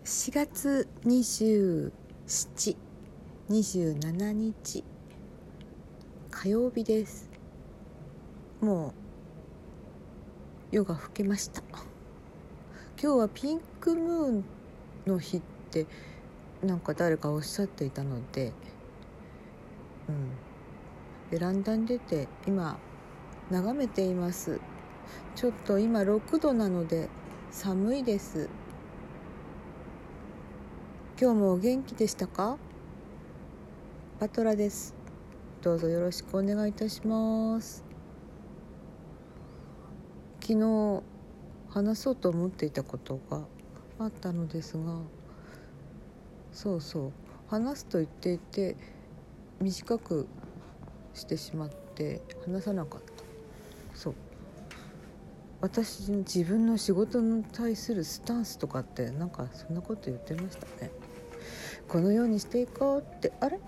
4月27、27日火曜日です。もう夜が更けました。今日はピンクムーンの日ってなんか誰かおっしゃっていたので、ベランダに出て今眺めています。ちょっと今6度なので寒いです。今日もお元気でしたか？パトラです。どうぞよろしくお願いいたします。昨日話そうと思っていたことがあったのですが、話すと言っていて短くしてしまって話さなかった。私の自分の仕事に対するスタンスとかってなんかそんなこと言ってましたね。このようにしていこうって、あれ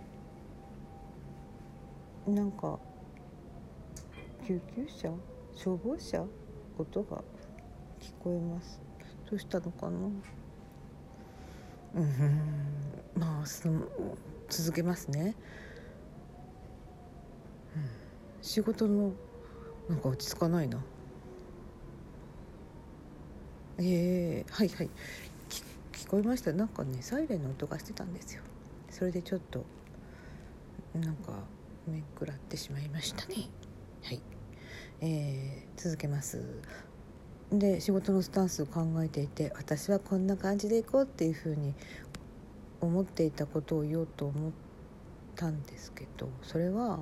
なんか救急車、消防車音が聞こえます。どうしたのかな。続けますね。仕事のなんか落ち着かないな。聞こえました。なんかねサイレンの音がしてたんですよ。それでちょっとなんかめくらってしまいましたね。続けます。で、仕事のスタンスを考えていて、私はこんな感じでいこうっていうふうに思っていたことを言おうと思ったんですけど、それは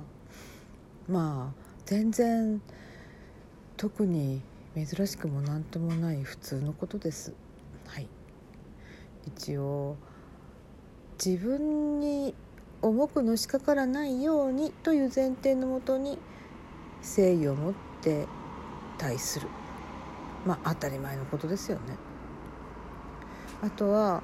全然特に珍しくもなんともない普通のことです。一応自分に重くのしかからないようにという前提のもとに誠意を持って対する、当たり前のことですよね。あとは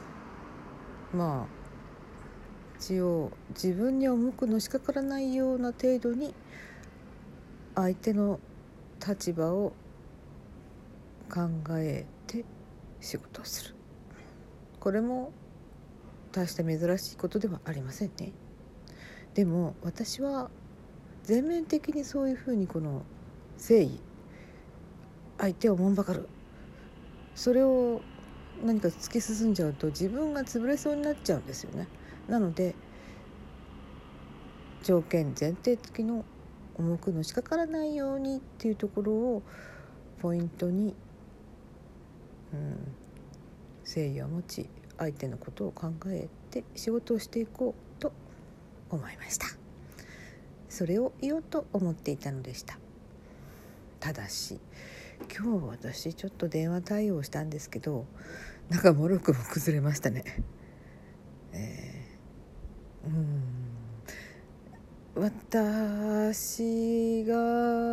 一応自分に重くのしかからないような程度に相手の立場を考えて仕事をする。これも大して珍しいことではありませんね。でも私は全面的にそういうふうにこの誠意、相手をもんばかる、それを何か突き進んじゃうと自分が潰れそうになっちゃうんですよね。なので条件前提付きの重くのしかからないようにっていうところをポイントに、誠意を持ち相手のことを考えて仕事をしていこうと思いました。それを言おうと思っていたのでした。ただし今日私ちょっと電話対応したんですけど、なんかもろくも崩れましたね。私が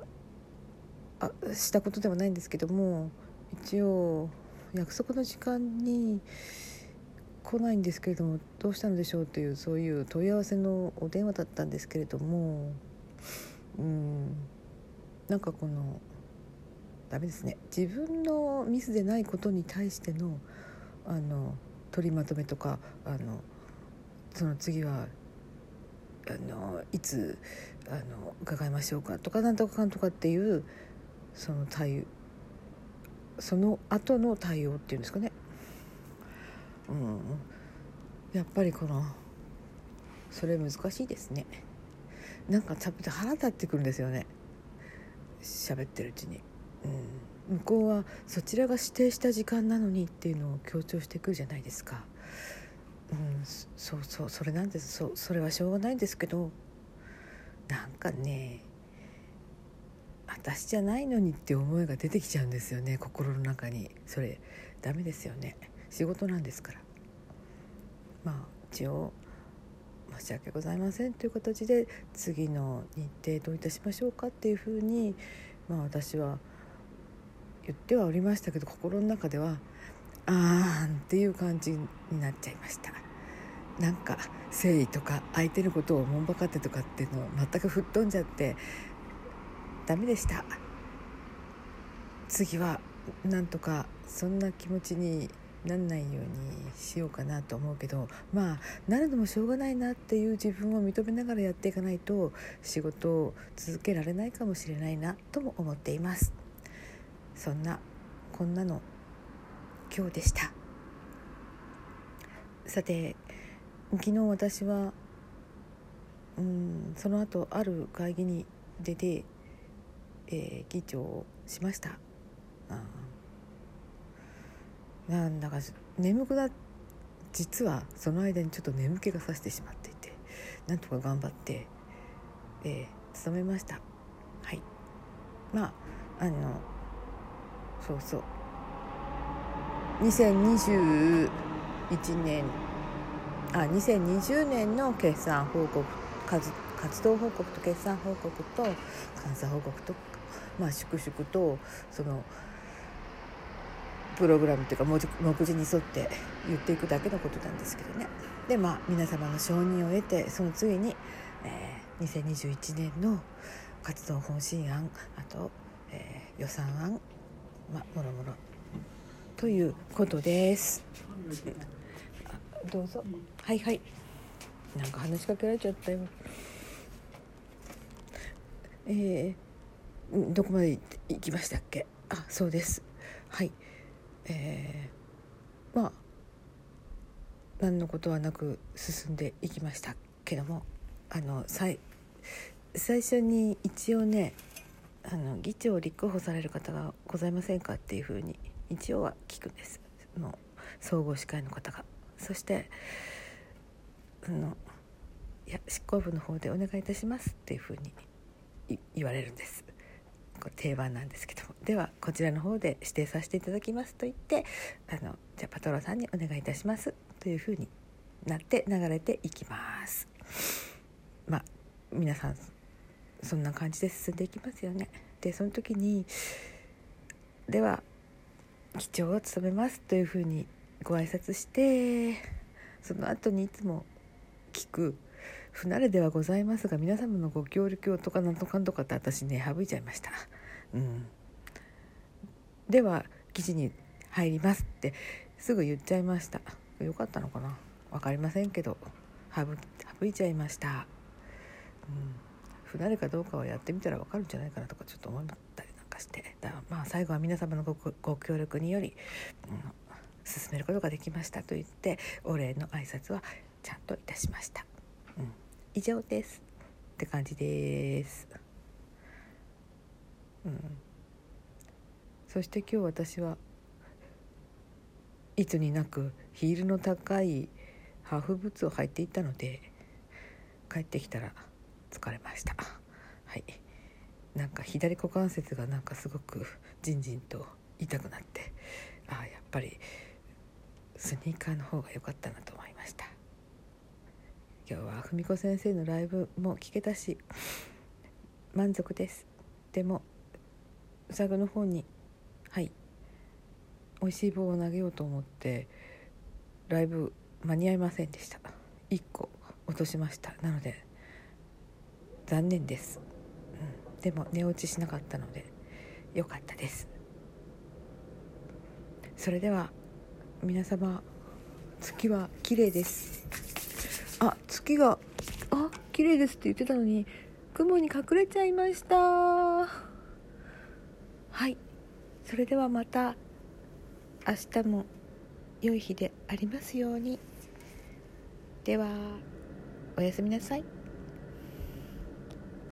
したことではないんですけども、一応約束の時間に来ないんですけれどもどうしたのでしょうという、そういう問い合わせのお電話だったんですけれども、なんかダメですね。自分のミスでないことに対しての取りまとめとか、その次はいつ伺いましょうかとかなんとかかんとかっていうその後の対応っていうんですかね。やっぱりそれ難しいですね。なんか腹立ってくるんですよね、喋ってるうちに。向こうはそちらが指定した時間なのにっていうのを強調してくるじゃないですか。それなんです。それはしょうがないんですけど、なんかね、私じゃないのにって思いが出てきちゃうんですよね、心の中に。それダメですよね。仕事なんですから。一応申し訳ございませんという形で次の日程どういたしましょうかっていうふうに、私は言ってはおりましたけど、心の中ではっていう感じになっちゃいました。なんか誠意とか相手のことをもんばかってとかっていうのを全く吹っ飛んじゃってダメでした。次はなんとかそんな気持ちになんないようにしようかなと思うけど、まあなるのもしょうがないなっていう自分を認めながらやっていかないと仕事を続けられないかもしれないなとも思っています。そんなこんなの今日でした。さて、昨日私はその後ある会議に出て、議長をしました。なんだか実はその間にちょっと眠気がさしてしまっていて、なんとか頑張って、務めました。はい。まあ2020年の決算報告、活動報告と決算報告と監査報告と、粛々とそのプログラムというか目次に沿って言っていくだけのことなんですけどね。で皆様の承認を得て、その次に、2021年の活動方針案、あと、予算案、もろもろということです。どうぞ。はいはい。なんか話しかけられちゃったよ。どこまで行きましたっけ？そうです。はい。何のことはなく進んでいきましたけども、最初に一応ね、議長を立候補される方がございませんかっていうふうに一応は聞くんです。総合司会の方が。そして執行部の方でお願いいたしますっていうふうに言われるんです。これ定番なんですけども、ではこちらの方で指定させていただきますと言って、じゃあパトロさんにお願いいたしますというふうになって流れていきます。皆さんそんな感じで進んでいきますよね。でその時にでは議長を務めますというふうにご挨拶して、その後にいつも聞く不慣れではございますが皆様のご協力をとかなんとかんとかって私ね省いちゃいました。では議事に入りますってすぐ言っちゃいました。よかったのかな、分かりませんけど省いちゃいました。不慣れかどうかはやってみたら分かるんじゃないかなとかちょっと思ったりなんかして、最後は皆様のご協力により、進めることができましたと言ってお礼の挨拶はちゃんといたしました。以上ですって感じです。そして今日私はいつになくヒールの高いハーフブーツを履いていたので、帰ってきたら疲れました。はい。なんか左股関節がなんかすごくじんじんと痛くなって、やっぱりスニーカーの方が良かったなと思いました。今日は文子先生のライブも聞けたし満足です。でもうさぐの方に美味しい棒を投げようと思ってライブ間に合いませんでした。1個落としました。なので残念です。でも寝落ちしなかったので良かったです。それでは皆様、月は綺麗です。月が綺麗ですって言ってたのに雲に隠れちゃいました。はい。それではまた明日も良い日でありますように。ではおやすみなさい。